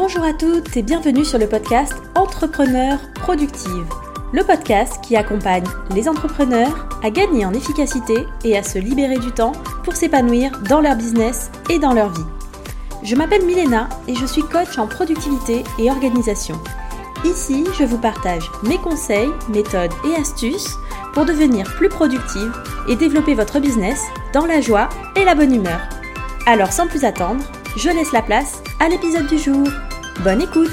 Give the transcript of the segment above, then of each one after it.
Bonjour à toutes et bienvenue sur le podcast Entrepreneurs Productives, le podcast qui accompagne les entrepreneurs à gagner en efficacité et à se libérer du temps pour s'épanouir dans leur business et dans leur vie. Je m'appelle Milena et je suis coach en productivité et organisation. Ici, je vous partage mes conseils, méthodes et astuces pour devenir plus productive et développer votre business dans la joie et la bonne humeur. Alors sans plus attendre, je laisse la place à l'épisode du jour. Bonne écoute!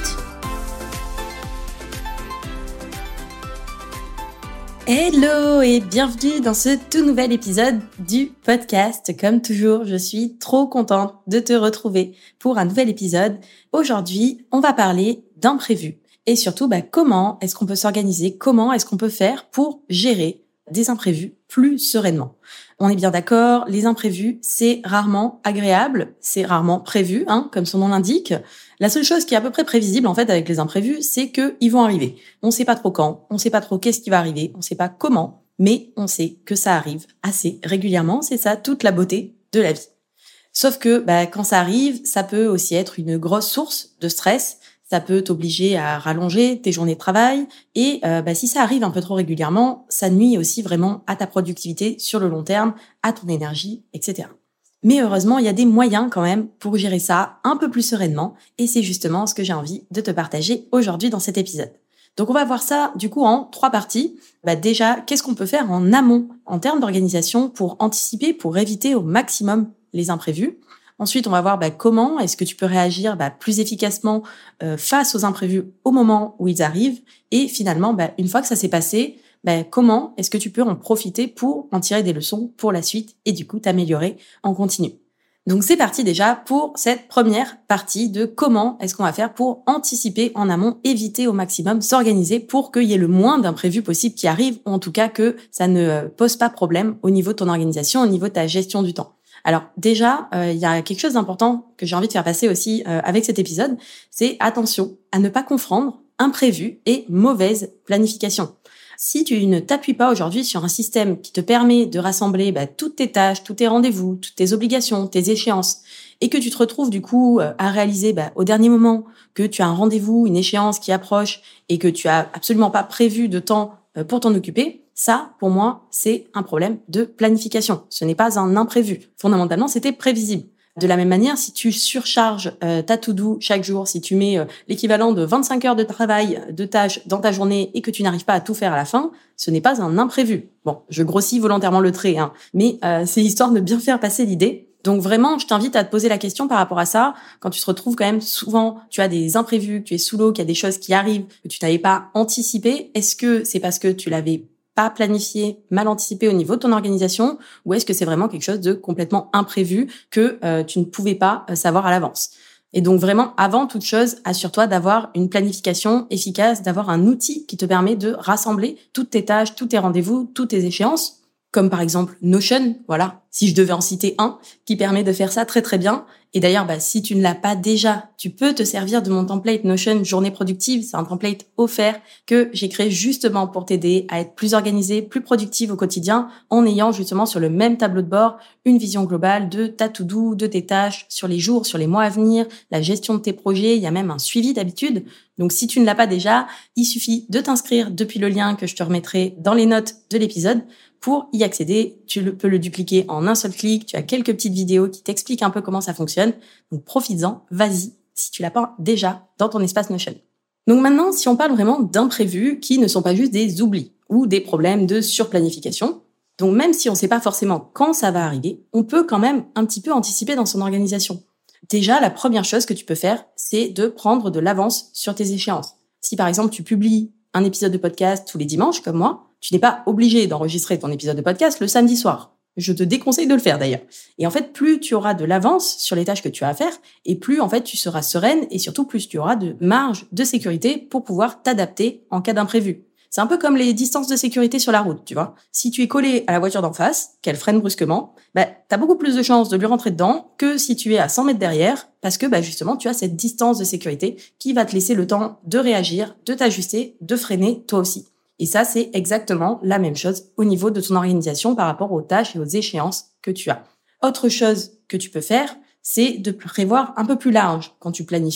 Hello et bienvenue dans ce tout nouvel épisode du podcast. Comme toujours, je suis trop contente de te retrouver pour un nouvel épisode. Aujourd'hui, on va parler d'imprévus et surtout comment est-ce qu'on peut s'organiser, comment est-ce qu'on peut faire pour gérer des imprévus plus sereinement. On est bien d'accord, les imprévus, c'est rarement agréable, c'est rarement prévu, comme son nom l'indique. La seule chose qui est à peu près prévisible en fait avec les imprévus, c'est qu'ils vont arriver. On sait pas trop quand, on sait pas trop qu'est-ce qui va arriver, on sait pas comment, mais on sait que ça arrive assez régulièrement, c'est ça toute la beauté de la vie. Sauf que quand ça arrive, ça peut aussi être une grosse source de stress. Ça peut t'obliger à rallonger tes journées de travail et si ça arrive un peu trop régulièrement, ça nuit aussi vraiment à ta productivité sur le long terme, à ton énergie, etc. Mais heureusement, il y a des moyens quand même pour gérer ça un peu plus sereinement et c'est justement ce que j'ai envie de te partager aujourd'hui dans cet épisode. Donc on va voir ça du coup en 3 parties. Déjà, qu'est-ce qu'on peut faire en amont en termes d'organisation pour anticiper, pour éviter au maximum les imprévus. Ensuite, on va voir comment est-ce que tu peux réagir plus efficacement face aux imprévus au moment où ils arrivent. Et finalement, une fois que ça s'est passé, comment est-ce que tu peux en profiter pour en tirer des leçons pour la suite et du coup t'améliorer en continu. Donc c'est parti déjà pour cette première partie de comment est-ce qu'on va faire pour anticiper en amont, éviter au maximum, s'organiser pour qu'il y ait le moins d'imprévus possible qui arrivent, ou en tout cas que ça ne pose pas problème au niveau de ton organisation, au niveau de ta gestion du temps. Alors déjà, il y a quelque chose d'important que j'ai envie de faire passer aussi avec cet épisode, c'est attention à ne pas confondre imprévu et mauvaise planification. Si tu ne t'appuies pas aujourd'hui sur un système qui te permet de rassembler toutes tes tâches, tous tes rendez-vous, toutes tes obligations, tes échéances, et que tu te retrouves du coup à réaliser au dernier moment que tu as un rendez-vous, une échéance qui approche et que tu as absolument pas prévu de temps pour t'en occuper, ça, pour moi, c'est un problème de planification. Ce n'est pas un imprévu. Fondamentalement, c'était prévisible. De la même manière, si tu surcharges ta to-do chaque jour, si tu mets l'équivalent de 25 heures de travail, de tâches dans ta journée et que tu n'arrives pas à tout faire à la fin, ce n'est pas un imprévu. Bon, je grossis volontairement le trait, mais c'est histoire de bien faire passer l'idée. Donc vraiment, je t'invite à te poser la question par rapport à ça. Quand tu te retrouves quand même souvent, tu as des imprévus, que tu es sous l'eau, qu'il y a des choses qui arrivent, que tu n'avais pas anticipé, est-ce que c'est parce que tu l'avais pas planifié, mal anticipé au niveau de ton organisation, ou est-ce que c'est vraiment quelque chose de complètement imprévu que tu ne pouvais pas savoir à l'avance? Et donc vraiment, avant toute chose, assure-toi d'avoir une planification efficace, d'avoir un outil qui te permet de rassembler toutes tes tâches, tous tes rendez-vous, toutes tes échéances, comme par exemple Notion, voilà, si je devais en citer un, qui permet de faire ça très très bien. Et d'ailleurs, si tu ne l'as pas déjà, tu peux te servir de mon template Notion Journée Productive. C'est un template offert que j'ai créé justement pour t'aider à être plus organisé, plus productive au quotidien, en ayant justement sur le même tableau de bord une vision globale de ta to-do, de tes tâches, sur les jours, sur les mois à venir, la gestion de tes projets. Il y a même un suivi d'habitude. Donc si tu ne l'as pas déjà, il suffit de t'inscrire depuis le lien que je te remettrai dans les notes de l'épisode. Pour y accéder, tu peux le dupliquer en un seul clic. Tu as quelques petites vidéos qui t'expliquent un peu comment ça fonctionne. Donc profites-en, vas-y, si tu l'as pas déjà dans ton espace Notion. Donc maintenant, si on parle vraiment d'imprévus qui ne sont pas juste des oublis ou des problèmes de surplanification, donc même si on ne sait pas forcément quand ça va arriver, on peut quand même un petit peu anticiper dans son organisation. Déjà, la première chose que tu peux faire, c'est de prendre de l'avance sur tes échéances. Si par exemple, tu publies un épisode de podcast tous les dimanches, comme moi, tu n'es pas obligé d'enregistrer ton épisode de podcast le samedi soir. Je te déconseille de le faire d'ailleurs. Et en fait, plus tu auras de l'avance sur les tâches que tu as à faire, et plus en fait tu seras sereine, et surtout plus tu auras de marge de sécurité pour pouvoir t'adapter en cas d'imprévu. C'est un peu comme les distances de sécurité sur la route, tu vois. Si tu es collé à la voiture d'en face, qu'elle freine brusquement, t'as beaucoup plus de chances de lui rentrer dedans que si tu es à 100 mètres derrière, parce que justement tu as cette distance de sécurité qui va te laisser le temps de réagir, de t'ajuster, de freiner toi aussi. Et ça, c'est exactement la même chose au niveau de ton organisation par rapport aux tâches et aux échéances que tu as. Autre chose que tu peux faire, c'est de prévoir un peu plus large quand tu planifies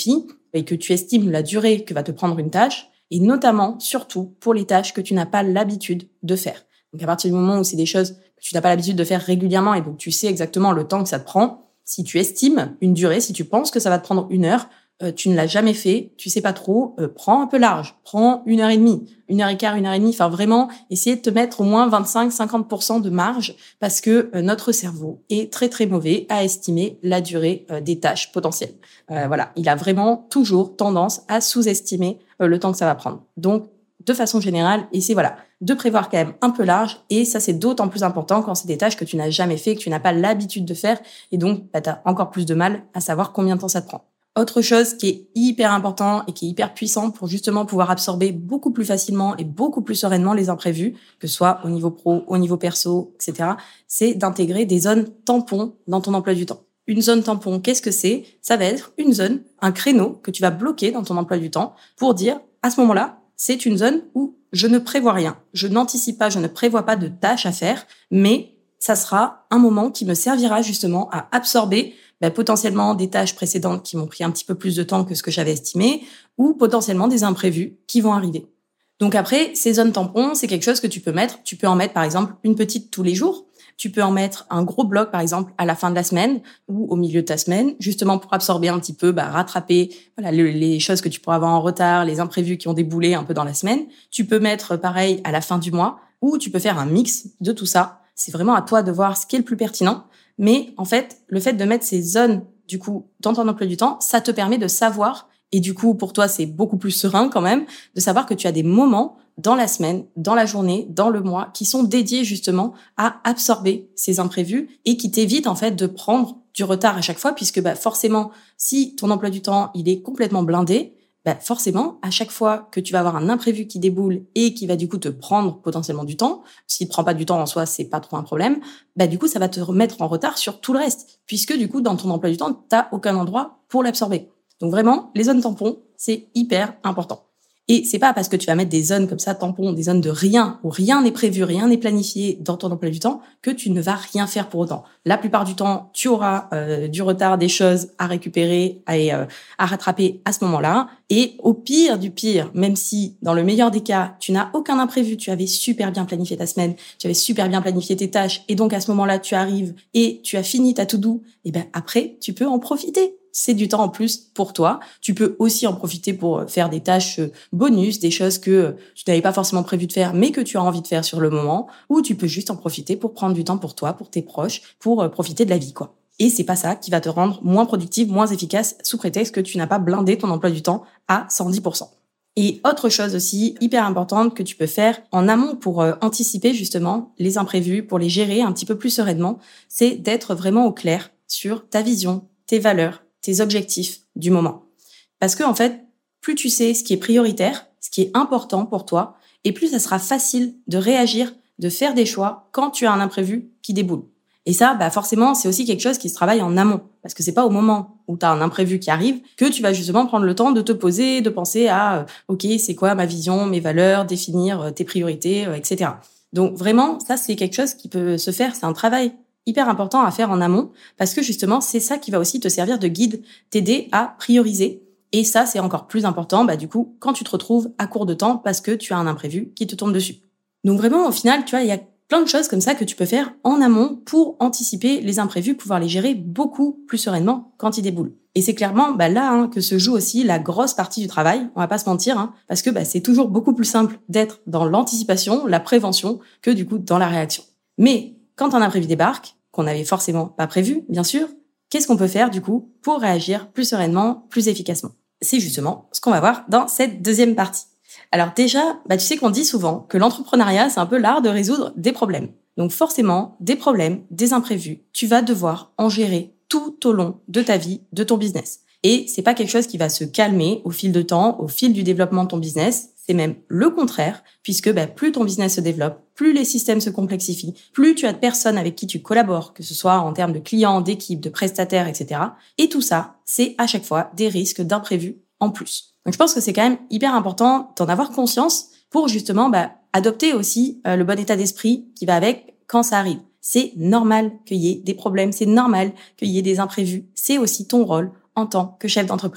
et que tu estimes la durée que va te prendre une tâche, et notamment, surtout, pour les tâches que tu n'as pas l'habitude de faire. Donc, à partir du moment où c'est des choses que tu n'as pas l'habitude de faire régulièrement et donc tu sais exactement le temps que ça te prend, si tu estimes une durée, si tu penses que ça va te prendre 1 heure, tu ne l'as jamais fait, tu sais pas trop, prends un peu large, prends 1 heure et demie, 1 heure et quart, 1 heure et demie, enfin vraiment, essayer de te mettre au moins 25-50% de marge parce que notre cerveau est très très mauvais à estimer la durée des tâches potentielles. Voilà, il a vraiment toujours tendance à sous-estimer le temps que ça va prendre. Donc, de façon générale, essaie de prévoir quand même un peu large, et ça c'est d'autant plus important quand c'est des tâches que tu n'as jamais fait, que tu n'as pas l'habitude de faire, et donc tu as encore plus de mal à savoir combien de temps ça te prend. Autre chose qui est hyper important et qui est hyper puissant pour justement pouvoir absorber beaucoup plus facilement et beaucoup plus sereinement les imprévus, que ce soit au niveau pro, au niveau perso, etc., c'est d'intégrer des zones tampons dans ton emploi du temps. Une zone tampon, qu'est-ce que c'est ? Ça va être une zone, un créneau que tu vas bloquer dans ton emploi du temps pour dire, à ce moment-là, c'est une zone où je ne prévois rien, je n'anticipe pas, je ne prévois pas de tâches à faire, mais ça sera un moment qui me servira justement à absorber potentiellement des tâches précédentes qui m'ont pris un petit peu plus de temps que ce que j'avais estimé, ou potentiellement des imprévus qui vont arriver. Donc après, ces zones tampons, c'est quelque chose que tu peux mettre. Tu peux en mettre par exemple une petite tous les jours. Tu peux en mettre un gros bloc par exemple à la fin de la semaine ou au milieu de ta semaine, justement pour absorber un petit peu, rattraper les choses que tu pourras avoir en retard, les imprévus qui ont déboulé un peu dans la semaine. Tu peux mettre pareil à la fin du mois, ou tu peux faire un mix de tout ça. C'est vraiment à toi de voir ce qui est le plus pertinent. Mais en fait, le fait de mettre ces zones, du coup, dans ton emploi du temps, ça te permet de savoir, et du coup, pour toi, c'est beaucoup plus serein quand même, de savoir que tu as des moments dans la semaine, dans la journée, dans le mois, qui sont dédiés justement à absorber ces imprévus et qui t'évitent en fait de prendre du retard à chaque fois, puisque forcément, si ton emploi du temps, il est complètement blindé, forcément, à chaque fois que tu vas avoir un imprévu qui déboule et qui va du coup te prendre potentiellement du temps, s'il te prend pas du temps en soi, c'est pas trop un problème, du coup, ça va te remettre en retard sur tout le reste, puisque du coup, dans ton emploi du temps, t'as aucun endroit pour l'absorber. Donc vraiment, les zones tampons, c'est hyper important. Et c'est pas parce que tu vas mettre des zones comme ça, tampons, des zones de rien, où rien n'est prévu, rien n'est planifié dans ton emploi du temps, que tu ne vas rien faire pour autant. La plupart du temps, tu auras du retard, des choses à récupérer et à rattraper à ce moment-là. Et au pire du pire, même si dans le meilleur des cas, tu n'as aucun imprévu, tu avais super bien planifié ta semaine, tu avais super bien planifié tes tâches, et donc à ce moment-là, tu arrives et tu as fini ta to-do, et après, tu peux en profiter. C'est du temps en plus pour toi. Tu peux aussi en profiter pour faire des tâches bonus, des choses que tu n'avais pas forcément prévu de faire, mais que tu as envie de faire sur le moment, ou tu peux juste en profiter pour prendre du temps pour toi, pour tes proches, pour profiter de la vie, quoi. Et c'est pas ça qui va te rendre moins productive, moins efficace, sous prétexte que tu n'as pas blindé ton emploi du temps à 110%. Et autre chose aussi hyper importante que tu peux faire en amont pour anticiper justement les imprévus, pour les gérer un petit peu plus sereinement, c'est d'être vraiment au clair sur ta vision, tes valeurs, tes objectifs du moment. Parce que en fait, plus tu sais ce qui est prioritaire, ce qui est important pour toi, et plus ça sera facile de réagir, de faire des choix quand tu as un imprévu qui déboule. Et ça, forcément, c'est aussi quelque chose qui se travaille en amont. Parce que c'est pas au moment où tu as un imprévu qui arrive que tu vas justement prendre le temps de te poser, de penser à OK, c'est quoi ma vision, mes valeurs, définir tes priorités, etc. Donc vraiment, ça, c'est quelque chose qui peut se faire. C'est un travail hyper important à faire en amont parce que justement, c'est ça qui va aussi te servir de guide, t'aider à prioriser. Et ça, c'est encore plus important, du coup, quand tu te retrouves à court de temps parce que tu as un imprévu qui te tombe dessus. Donc vraiment, au final, tu vois, il y a plein de choses comme ça que tu peux faire en amont pour anticiper les imprévus, pouvoir les gérer beaucoup plus sereinement quand ils déboulent. Et c'est clairement là que se joue aussi la grosse partie du travail, on va pas se mentir, parce que c'est toujours beaucoup plus simple d'être dans l'anticipation, la prévention, que du coup dans la réaction. Mais quand un imprévu débarque, qu'on n'avait forcément pas prévu, bien sûr, qu'est-ce qu'on peut faire du coup pour réagir plus sereinement, plus efficacement ? C'est justement ce qu'on va voir dans cette deuxième partie. Alors déjà, tu sais qu'on dit souvent que l'entrepreneuriat, c'est un peu l'art de résoudre des problèmes. Donc forcément, des problèmes, des imprévus, tu vas devoir en gérer tout au long de ta vie, de ton business. Et c'est pas quelque chose qui va se calmer au fil de temps, au fil du développement de ton business. C'est même le contraire, puisque plus ton business se développe, plus les systèmes se complexifient, plus tu as de personnes avec qui tu collabores, que ce soit en termes de clients, d'équipes, de prestataires, etc. Et tout ça, c'est à chaque fois des risques d'imprévus en plus. Donc je pense que c'est quand même hyper important d'en avoir conscience pour justement adopter aussi le bon état d'esprit qui va avec quand ça arrive. C'est normal qu'il y ait des problèmes, c'est normal qu'il y ait des imprévus. C'est aussi ton rôle en tant que chef d'entreprise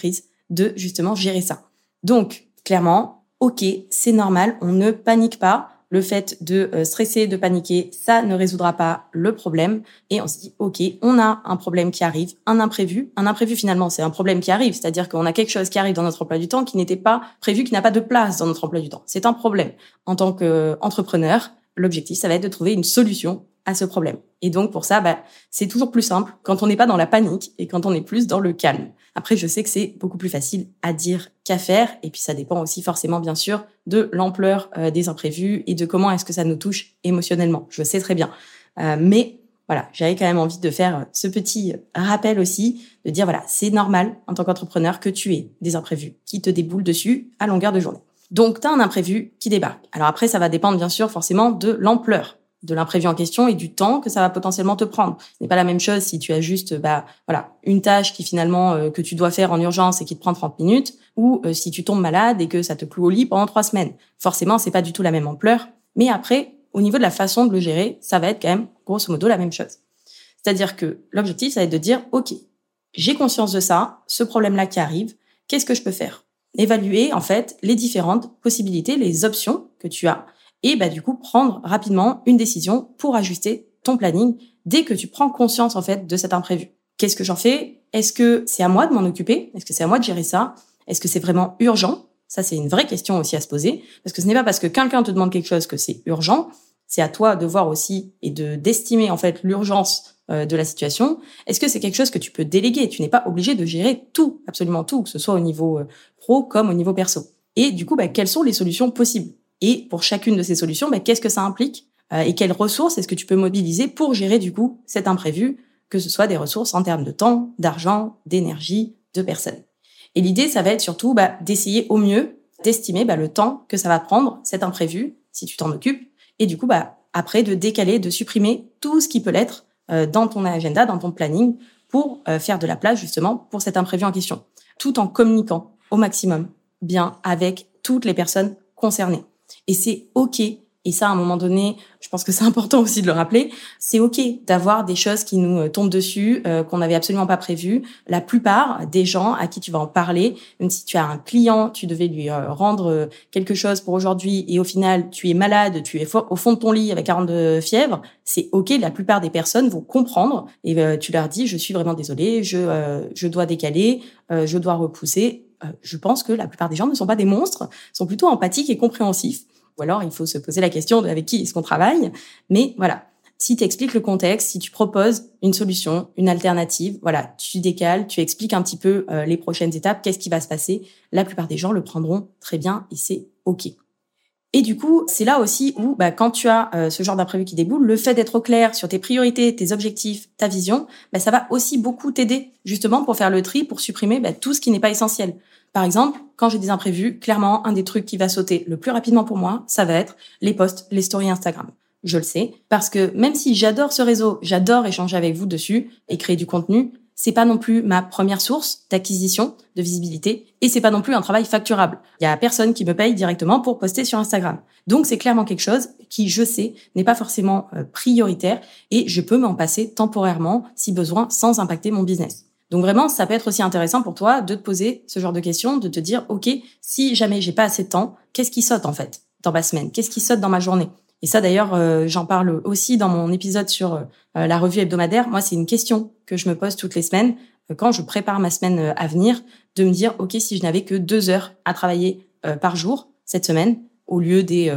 de justement gérer ça. Donc, clairement, ok, c'est normal, on ne panique pas. Le fait de stresser, de paniquer, ça ne résoudra pas le problème. Et on se dit, ok, on a un problème qui arrive, un imprévu. Un imprévu, finalement, c'est un problème qui arrive. C'est-à-dire qu'on a quelque chose qui arrive dans notre emploi du temps qui n'était pas prévu, qui n'a pas de place dans notre emploi du temps. C'est un problème. En tant qu'entrepreneur, l'objectif, ça va être de trouver une solution à ce problème. Et donc, pour ça, c'est toujours plus simple quand on n'est pas dans la panique et quand on est plus dans le calme. Après, je sais que c'est beaucoup plus facile à dire qu'à faire. Et puis, ça dépend aussi forcément, bien sûr, de l'ampleur des imprévus et de comment est-ce que ça nous touche émotionnellement. Je sais très bien. Mais voilà, j'avais quand même envie de faire ce petit rappel aussi, de dire, voilà, c'est normal en tant qu'entrepreneur que tu aies des imprévus qui te déboulent dessus à longueur de journée. Donc, tu as un imprévu qui débarque. Alors après, ça va dépendre, bien sûr, forcément de l'ampleur de l'imprévu en question et du temps que ça va potentiellement te prendre. Ce n'est pas la même chose si tu as juste une tâche qui finalement que tu dois faire en urgence et qui te prend 30 minutes ou si tu tombes malade et que ça te cloue au lit pendant 3 semaines. Forcément, c'est pas du tout la même ampleur, mais après au niveau de la façon de le gérer, ça va être quand même grosso modo la même chose. C'est-à-dire que l'objectif ça va être de dire OK, j'ai conscience de ça, ce problème-là qui arrive, qu'est-ce que je peux faire? Évaluer en fait les différentes possibilités, les options que tu as. Et du coup, prendre rapidement une décision pour ajuster ton planning dès que tu prends conscience en fait de cet imprévu. Qu'est-ce que j'en fais? Est-ce que c'est à moi de m'en occuper? Est-ce que c'est à moi de gérer ça? Est-ce que c'est vraiment urgent? Ça, c'est une vraie question aussi à se poser. Parce que ce n'est pas parce que quelqu'un te demande quelque chose que c'est urgent. C'est à toi de voir aussi et d'estimer en fait l'urgence de la situation. Est-ce que c'est quelque chose que tu peux déléguer? Tu n'es pas obligé de gérer tout, absolument tout, que ce soit au niveau pro comme au niveau perso. Et du coup, quelles sont les solutions possibles? Et pour chacune de ces solutions, qu'est-ce que ça implique et quelles ressources est-ce que tu peux mobiliser pour gérer du coup cet imprévu, que ce soit des ressources en termes de temps, d'argent, d'énergie, de personnes. Et l'idée, ça va être surtout d'essayer au mieux d'estimer le temps que ça va prendre, cet imprévu, si tu t'en occupes, et du coup, après de décaler, de supprimer tout ce qui peut l'être dans ton agenda, dans ton planning, pour faire de la place justement pour cet imprévu en question, tout en communiquant au maximum bien avec toutes les personnes concernées. Et c'est OK. Et ça, à un moment donné, je pense que c'est important aussi de le rappeler. C'est OK d'avoir des choses qui nous tombent dessus, qu'on n'avait absolument pas prévues. La plupart des gens à qui tu vas en parler, même si tu as un client, tu devais lui rendre quelque chose pour aujourd'hui et au final, tu es malade, tu es au fond de ton lit avec 42 fièvre, c'est OK. La plupart des personnes vont comprendre et tu leur dis, je suis vraiment désolée, je dois décaler, je dois repousser. Je pense que la plupart des gens ne sont pas des monstres, sont plutôt empathiques et compréhensifs. Ou alors, il faut se poser la question de avec qui est-ce qu'on travaille. Mais voilà, si tu expliques le contexte, si tu proposes une solution, une alternative, voilà, tu décales, tu expliques un petit peu les prochaines étapes, qu'est-ce qui va se passer, la plupart des gens le prendront très bien et c'est OK. Et du coup, c'est là aussi où, quand tu as ce genre d'imprévu qui déboule, le fait d'être au clair sur tes priorités, tes objectifs, ta vision, ça va aussi beaucoup t'aider justement pour faire le tri, pour supprimer tout ce qui n'est pas essentiel. Par exemple, quand j'ai des imprévus, clairement, un des trucs qui va sauter le plus rapidement pour moi, ça va être les posts, les stories Instagram. Je le sais, parce que même si j'adore ce réseau, j'adore échanger avec vous dessus et créer du contenu, c'est pas non plus ma première source d'acquisition, de visibilité, et c'est pas non plus un travail facturable. Il y a personne qui me paye directement pour poster sur Instagram. Donc c'est clairement quelque chose qui, je sais, n'est pas forcément prioritaire et je peux m'en passer temporairement si besoin sans impacter mon business. Donc vraiment, ça peut être aussi intéressant pour toi de te poser ce genre de questions, de te dire, OK, si jamais j'ai pas assez de temps, qu'est-ce qui saute en fait dans ma semaine? Qu'est-ce qui saute dans ma journée? Et ça, d'ailleurs, j'en parle aussi dans mon épisode sur la revue hebdomadaire. Moi, c'est une question que je me pose toutes les semaines quand je prépare ma semaine à venir, de me dire, OK, si je n'avais que 2 heures à travailler par jour cette semaine, au lieu des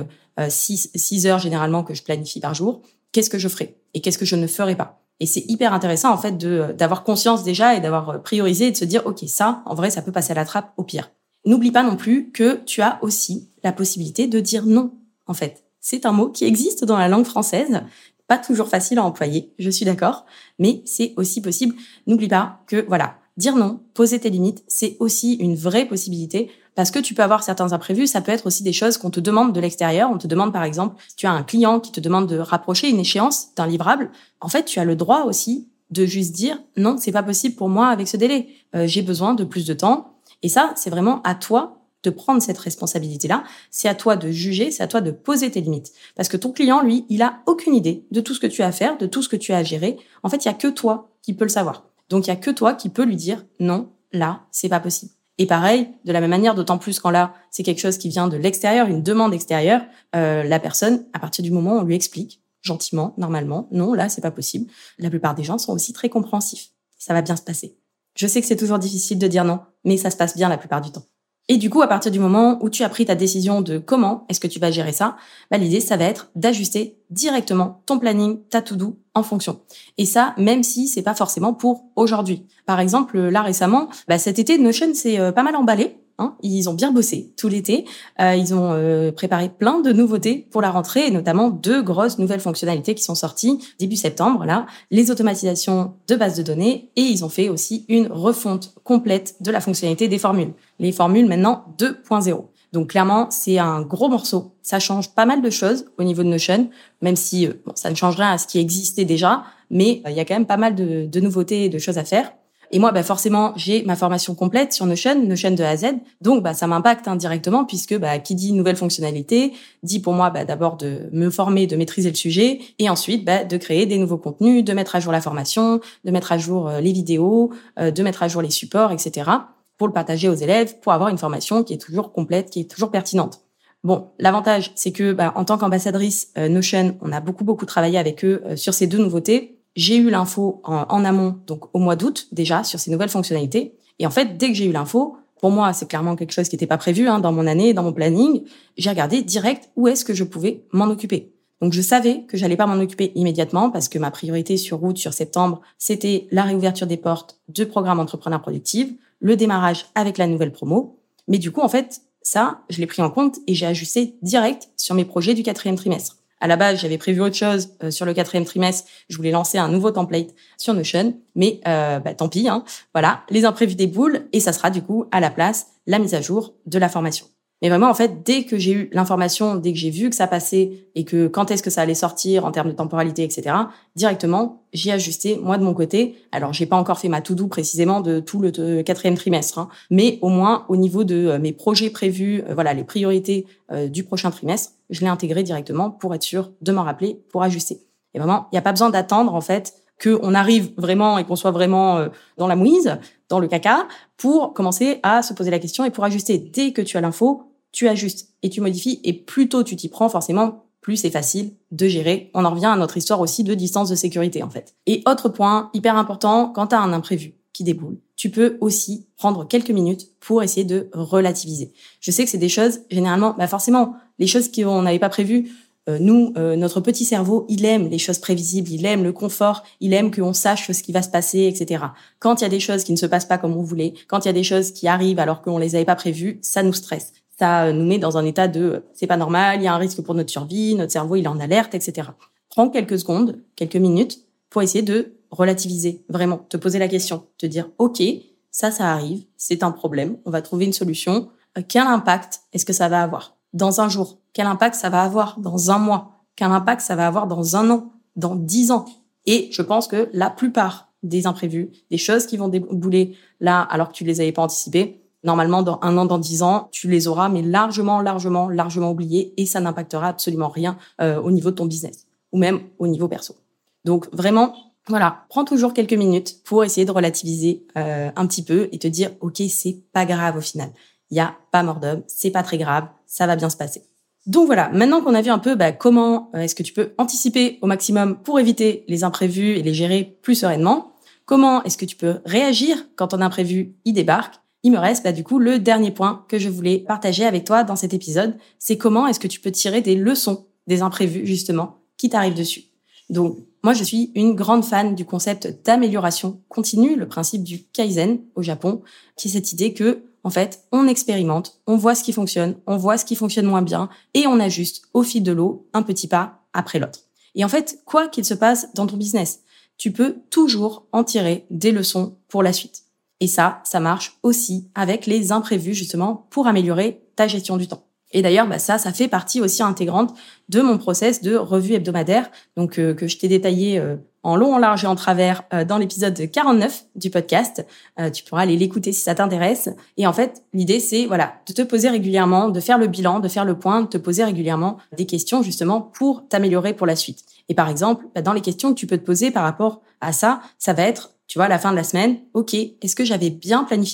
6 heures généralement que je planifie par jour, qu'est-ce que je ferais et qu'est-ce que je ne ferais pas? Et c'est hyper intéressant, en fait, d'avoir conscience déjà et d'avoir priorisé et de se dire, OK, ça, en vrai, ça peut passer à la trappe au pire. N'oublie pas non plus que tu as aussi la possibilité de dire non, en fait. C'est un mot qui existe dans la langue française, pas toujours facile à employer, je suis d'accord, mais c'est aussi possible. N'oublie pas que, voilà, dire non, poser tes limites, c'est aussi une vraie possibilité parce que tu peux avoir certains imprévus, ça peut être aussi des choses qu'on te demande de l'extérieur. On te demande, par exemple, si tu as un client qui te demande de rapprocher une échéance d'un livrable, en fait, tu as le droit aussi de juste dire non, c'est pas possible pour moi avec ce délai. J'ai besoin de plus de temps. Et ça, c'est vraiment à toi de prendre cette responsabilité-là. C'est à toi de juger, c'est à toi de poser tes limites. Parce que ton client, lui, il a aucune idée de tout ce que tu as à faire, de tout ce que tu as à gérer. En fait, il y a que toi qui peux le savoir. Donc, il y a que toi qui peux lui dire non, là, c'est pas possible. Et pareil, de la même manière, d'autant plus quand là, c'est quelque chose qui vient de l'extérieur, une demande extérieure, la personne, à partir du moment où on lui explique, gentiment, normalement, non, là, c'est pas possible. La plupart des gens sont aussi très compréhensifs. Ça va bien se passer. Je sais que c'est toujours difficile de dire non, mais ça se passe bien la plupart du temps. Et du coup, à partir du moment où tu as pris ta décision de comment est-ce que tu vas gérer ça, l'idée, ça va être d'ajuster directement ton planning, ta to-do en fonction. Et ça, même si c'est pas forcément pour aujourd'hui. Par exemple, là récemment, cet été, Notion s'est pas mal emballé. Ils ont bien bossé tout l'été. Ils ont préparé plein de nouveautés pour la rentrée, et notamment 2 grosses nouvelles fonctionnalités qui sont sorties début septembre, là, les automatisations de bases de données, et ils ont fait aussi une refonte complète de la fonctionnalité des formules. Les formules maintenant 2.0. Donc clairement, c'est un gros morceau. Ça change pas mal de choses au niveau de Notion, même si ça ne change rien à ce qui existait déjà, mais il y a quand même pas mal de nouveautés et de choses à faire. Et moi, forcément, j'ai ma formation complète sur Notion de A à Z. Donc, ça m'impacte indirectement puisque qui dit nouvelle fonctionnalité dit pour moi d'abord de me former, de maîtriser le sujet, et ensuite de créer des nouveaux contenus, de mettre à jour la formation, de mettre à jour les vidéos, de mettre à jour les supports, etc. pour le partager aux élèves, pour avoir une formation qui est toujours complète, qui est toujours pertinente. Bon, l'avantage, c'est que en tant qu'ambassadrice Notion, on a beaucoup travaillé avec eux sur ces 2 nouveautés. J'ai eu l'info en amont, donc au mois d'août déjà, sur ces nouvelles fonctionnalités. Et en fait, dès que j'ai eu l'info, pour moi, c'est clairement quelque chose qui n'était pas prévu dans mon année, dans mon planning. J'ai regardé direct où est-ce que je pouvais m'en occuper. Donc, je savais que j'allais pas m'en occuper immédiatement parce que ma priorité sur août, sur septembre, c'était la réouverture des portes de programmes Entrepreneurs Productifs, le démarrage avec la nouvelle promo. Mais du coup, en fait, ça, je l'ai pris en compte et j'ai ajusté direct sur mes projets du 4e trimestre. À la base, j'avais prévu autre chose sur le 4e trimestre. Je voulais lancer un nouveau template sur Notion, mais tant pis. Voilà, les imprévus déboulent et ça sera du coup à la place la mise à jour de la formation. Mais vraiment, en fait, dès que j'ai eu l'information, dès que j'ai vu que ça passait et que quand est-ce que ça allait sortir en termes de temporalité, etc., directement, j'ai ajusté moi de mon côté. Alors, j'ai pas encore fait ma to-do précisément de tout le 4e trimestre, mais au moins au niveau de mes projets prévus, les priorités du prochain trimestre, je l'ai intégré directement pour être sûr de m'en rappeler, pour ajuster. Et vraiment, il n'y a pas besoin d'attendre en fait qu'on arrive vraiment et qu'on soit vraiment dans la mouise, dans le caca, pour commencer à se poser la question et pour ajuster. Dès que tu as l'info, tu ajustes et tu modifies. Et plus tôt tu t'y prends, forcément, plus c'est facile de gérer. On en revient à notre histoire aussi de distance de sécurité, en fait. Et autre point hyper important, quand tu as un imprévu qui déboule, tu peux aussi prendre quelques minutes pour essayer de relativiser. Je sais que c'est des choses, généralement, forcément, les choses qu'on n'avait pas prévues, notre petit cerveau, il aime les choses prévisibles, il aime le confort, il aime qu'on sache ce qui va se passer, etc. Quand il y a des choses qui ne se passent pas comme on voulait, quand il y a des choses qui arrivent alors qu'on les avait pas prévues, ça nous stresse. Ça nous met dans un état de c'est pas normal, il y a un risque pour notre survie, notre cerveau il est en alerte, etc. Prends quelques secondes, quelques minutes pour essayer de relativiser, vraiment, te poser la question, te dire ok, ça arrive, c'est un problème, on va trouver une solution. Quel impact est-ce que ça va avoir dans un jour? Quel impact ça va avoir dans un mois? Quel impact ça va avoir dans un an? Dans 10 ans? Et je pense que la plupart des imprévus, des choses qui vont débouler là alors que tu les avais pas anticipées, normalement, dans 1 an, dans 10 ans, tu les auras, mais largement oubliés et ça n'impactera absolument rien au niveau de ton business ou même au niveau perso. Donc vraiment, voilà, prends toujours quelques minutes pour essayer de relativiser un petit peu et te dire, ok, c'est pas grave au final. Il y a pas mort d'homme, c'est pas très grave, ça va bien se passer. Donc voilà, maintenant qu'on a vu un peu comment est-ce que tu peux anticiper au maximum pour éviter les imprévus et les gérer plus sereinement, comment est-ce que tu peux réagir quand un imprévu y débarque, il me reste du coup le dernier point que je voulais partager avec toi dans cet épisode, c'est comment est-ce que tu peux tirer des leçons des imprévus justement qui t'arrivent dessus. Donc moi je suis une grande fan du concept d'amélioration continue, le principe du Kaizen au Japon, qui est cette idée que en fait, on expérimente, on voit ce qui fonctionne, on voit ce qui fonctionne moins bien et on ajuste au fil de l'eau un petit pas après l'autre. Et en fait, quoi qu'il se passe dans ton business, tu peux toujours en tirer des leçons pour la suite. Et ça marche aussi avec les imprévus justement pour améliorer ta gestion du temps. Et d'ailleurs, ça fait partie aussi intégrante de mon process de revue hebdomadaire, donc que je t'ai détaillé en long, en large et en travers dans l'épisode 49 du podcast. Tu pourras aller l'écouter si ça t'intéresse. Et en fait, l'idée, c'est de te poser régulièrement, de faire le bilan, de faire le point, de te poser régulièrement des questions justement pour t'améliorer pour la suite. Et par exemple, dans les questions que tu peux te poser par rapport à ça, ça va être, tu vois, à la fin de la semaine, ok, est-ce que j'avais bien planifié mon temps ?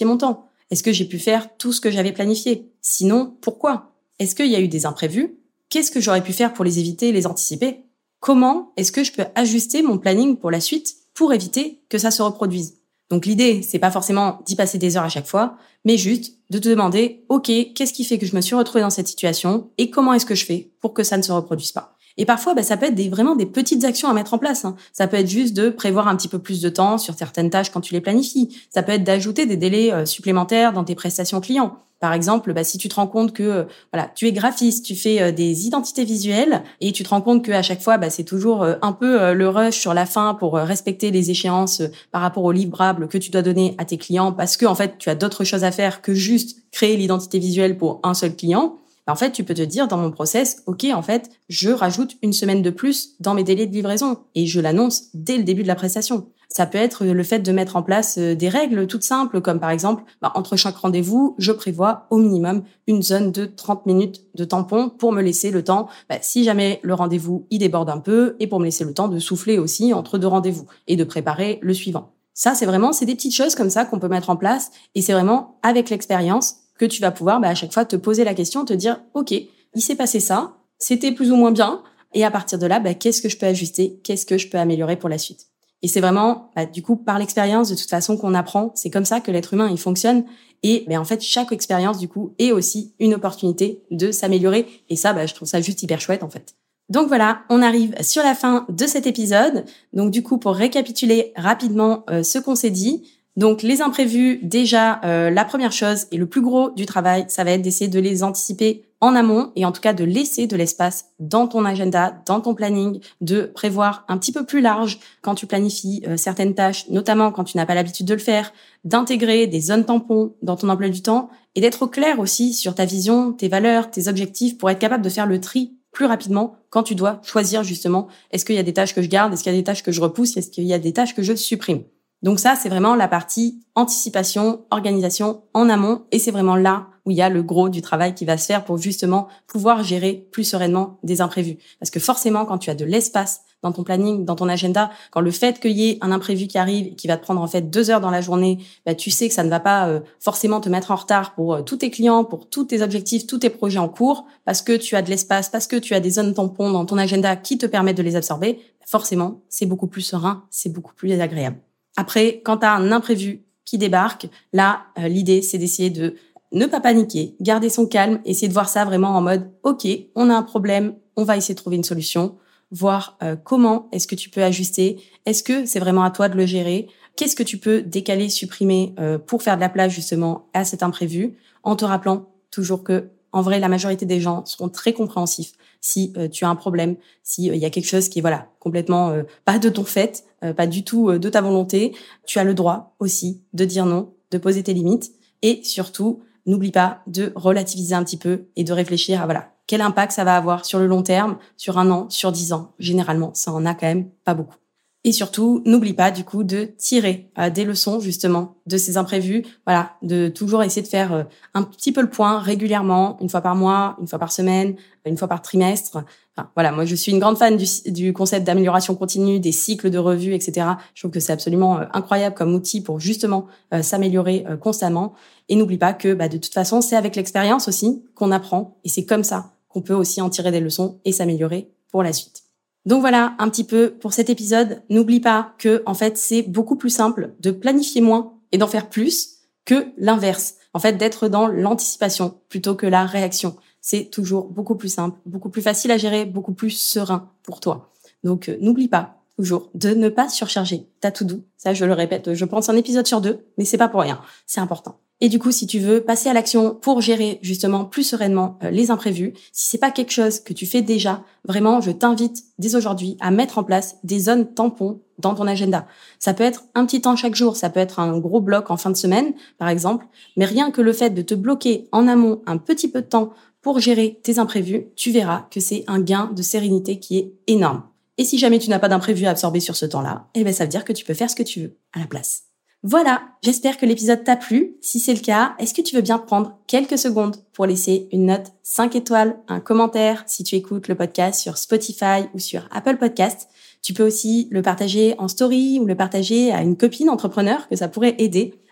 Est-ce que j'ai pu faire tout ce que j'avais planifié? Sinon, pourquoi? Est-ce qu'il y a eu des imprévus? Qu'est-ce que j'aurais pu faire pour les éviter et les anticiper? Comment est-ce que je peux ajuster mon planning pour la suite pour éviter que ça se reproduise? Donc l'idée, c'est pas forcément d'y passer des heures à chaque fois, mais juste de te demander, OK, qu'est-ce qui fait que je me suis retrouvée dans cette situation et comment est-ce que je fais pour que ça ne se reproduise pas? Et parfois, ça peut être vraiment des petites actions à mettre en place. Ça peut être juste de prévoir un petit peu plus de temps sur certaines tâches quand tu les planifies. Ça peut être d'ajouter des délais supplémentaires dans tes prestations clients. Par exemple, si tu te rends compte que tu es graphiste, tu fais des identités visuelles et tu te rends compte qu'à chaque fois, c'est toujours un peu le rush sur la fin pour respecter les échéances par rapport aux livrables que tu dois donner à tes clients parce que en fait, tu as d'autres choses à faire que juste créer l'identité visuelle pour un seul client. En fait, tu peux te dire dans mon process, OK, en fait, je rajoute une semaine de plus dans mes délais de livraison et je l'annonce dès le début de la prestation. Ça peut être le fait de mettre en place des règles toutes simples, comme par exemple, entre chaque rendez-vous, je prévois au minimum une zone de 30 minutes de tampon pour me laisser le temps, si jamais le rendez-vous il déborde un peu, et pour me laisser le temps de souffler aussi entre deux rendez-vous et de préparer le suivant. Ça, c'est des petites choses comme ça qu'on peut mettre en place et c'est vraiment avec l'expérience que tu vas pouvoir à chaque fois te poser la question, te dire « Ok, il s'est passé ça, c'était plus ou moins bien, et à partir de là, qu'est-ce que je peux ajuster, qu'est-ce que je peux améliorer pour la suite ?» Et c'est vraiment, du coup, par l'expérience, de toute façon, qu'on apprend. C'est comme ça que l'être humain, il fonctionne. Et en fait, chaque expérience, du coup, est aussi une opportunité de s'améliorer. Et ça, je trouve ça juste hyper chouette, en fait. Donc voilà, on arrive sur la fin de cet épisode. Donc du coup, pour récapituler rapidement ce qu'on s'est dit, donc les imprévus, déjà, la première chose et le plus gros du travail, ça va être d'essayer de les anticiper en amont et en tout cas de laisser de l'espace dans ton agenda, dans ton planning, de prévoir un petit peu plus large quand tu planifies certaines tâches, notamment quand tu n'as pas l'habitude de le faire, d'intégrer des zones tampons dans ton emploi du temps et d'être au clair aussi sur ta vision, tes valeurs, tes objectifs pour être capable de faire le tri plus rapidement quand tu dois choisir justement est-ce qu'il y a des tâches que je garde, est-ce qu'il y a des tâches que je repousse, est-ce qu'il y a des tâches que je supprime. Donc ça, c'est vraiment la partie anticipation, organisation en amont et c'est vraiment là où il y a le gros du travail qui va se faire pour justement pouvoir gérer plus sereinement des imprévus. Parce que forcément, quand tu as de l'espace dans ton planning, dans ton agenda, quand le fait qu'il y ait un imprévu qui arrive et qui va te prendre en fait 2 heures dans la journée, tu sais que ça ne va pas forcément te mettre en retard pour tous tes clients, pour tous tes objectifs, tous tes projets en cours, parce que tu as de l'espace, parce que tu as des zones tampons dans ton agenda qui te permettent de les absorber, forcément, c'est beaucoup plus serein, c'est beaucoup plus agréable. Après, quand tu as un imprévu qui débarque, là, l'idée, c'est d'essayer de ne pas paniquer, garder son calme, essayer de voir ça vraiment en mode « Ok, on a un problème, on va essayer de trouver une solution », voir comment est-ce que tu peux ajuster, est-ce que c'est vraiment à toi de le gérer, qu'est-ce que tu peux décaler, supprimer pour faire de la place justement à cet imprévu, en te rappelant toujours que en vrai, la majorité des gens seront très compréhensifs si tu as un problème, si y a quelque chose qui est complètement pas de ton fait, pas du tout de ta volonté. Tu as le droit aussi de dire non, de poser tes limites et surtout, n'oublie pas de relativiser un petit peu et de réfléchir à quel impact ça va avoir sur le long terme, sur 1 an, sur 10 ans. Généralement, ça en a quand même pas beaucoup. Et surtout, n'oublie pas du coup de tirer des leçons justement de ces imprévus. De toujours essayer de faire un petit peu le point régulièrement, 1 fois par mois, 1 fois par semaine, 1 fois par trimestre. Moi je suis une grande fan du concept d'amélioration continue, des cycles de revue, etc. Je trouve que c'est absolument incroyable comme outil pour justement s'améliorer constamment. Et n'oublie pas que de toute façon, c'est avec l'expérience aussi qu'on apprend et c'est comme ça qu'on peut aussi en tirer des leçons et s'améliorer pour la suite. Donc voilà un petit peu pour cet épisode. N'oublie pas que en fait c'est beaucoup plus simple de planifier moins et d'en faire plus que l'inverse. En fait d'être dans l'anticipation plutôt que la réaction. C'est toujours beaucoup plus simple, beaucoup plus facile à gérer, beaucoup plus serein pour toi. Donc n'oublie pas toujours de ne pas surcharger ta to-do. Ça je le répète, je pense un épisode sur 2, mais c'est pas pour rien, c'est important. Et du coup, si tu veux passer à l'action pour gérer justement plus sereinement les imprévus, si c'est pas quelque chose que tu fais déjà, vraiment, je t'invite dès aujourd'hui à mettre en place des zones tampons dans ton agenda. Ça peut être un petit temps chaque jour, ça peut être un gros bloc en fin de semaine, par exemple, mais rien que le fait de te bloquer en amont un petit peu de temps pour gérer tes imprévus, tu verras que c'est un gain de sérénité qui est énorme. Et si jamais tu n'as pas d'imprévu à absorber sur ce temps-là, ça veut dire que tu peux faire ce que tu veux à la place. Voilà, j'espère que l'épisode t'a plu. Si c'est le cas, est-ce que tu veux bien prendre quelques secondes pour laisser une note 5 étoiles, un commentaire si tu écoutes le podcast sur Spotify ou sur Apple Podcast. Tu peux aussi le partager en story ou le partager à une copine entrepreneur que ça pourrait aider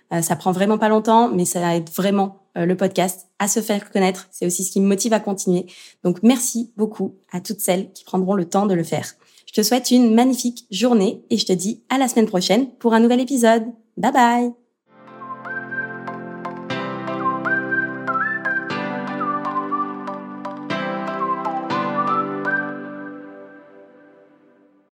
Ça prend vraiment pas longtemps, mais ça aide vraiment le podcast à se faire connaître. C'est aussi ce qui me motive à continuer. Donc, merci beaucoup à toutes celles qui prendront le temps de le faire. Je te souhaite une magnifique journée et je te dis à la semaine prochaine pour un nouvel épisode. Bye bye!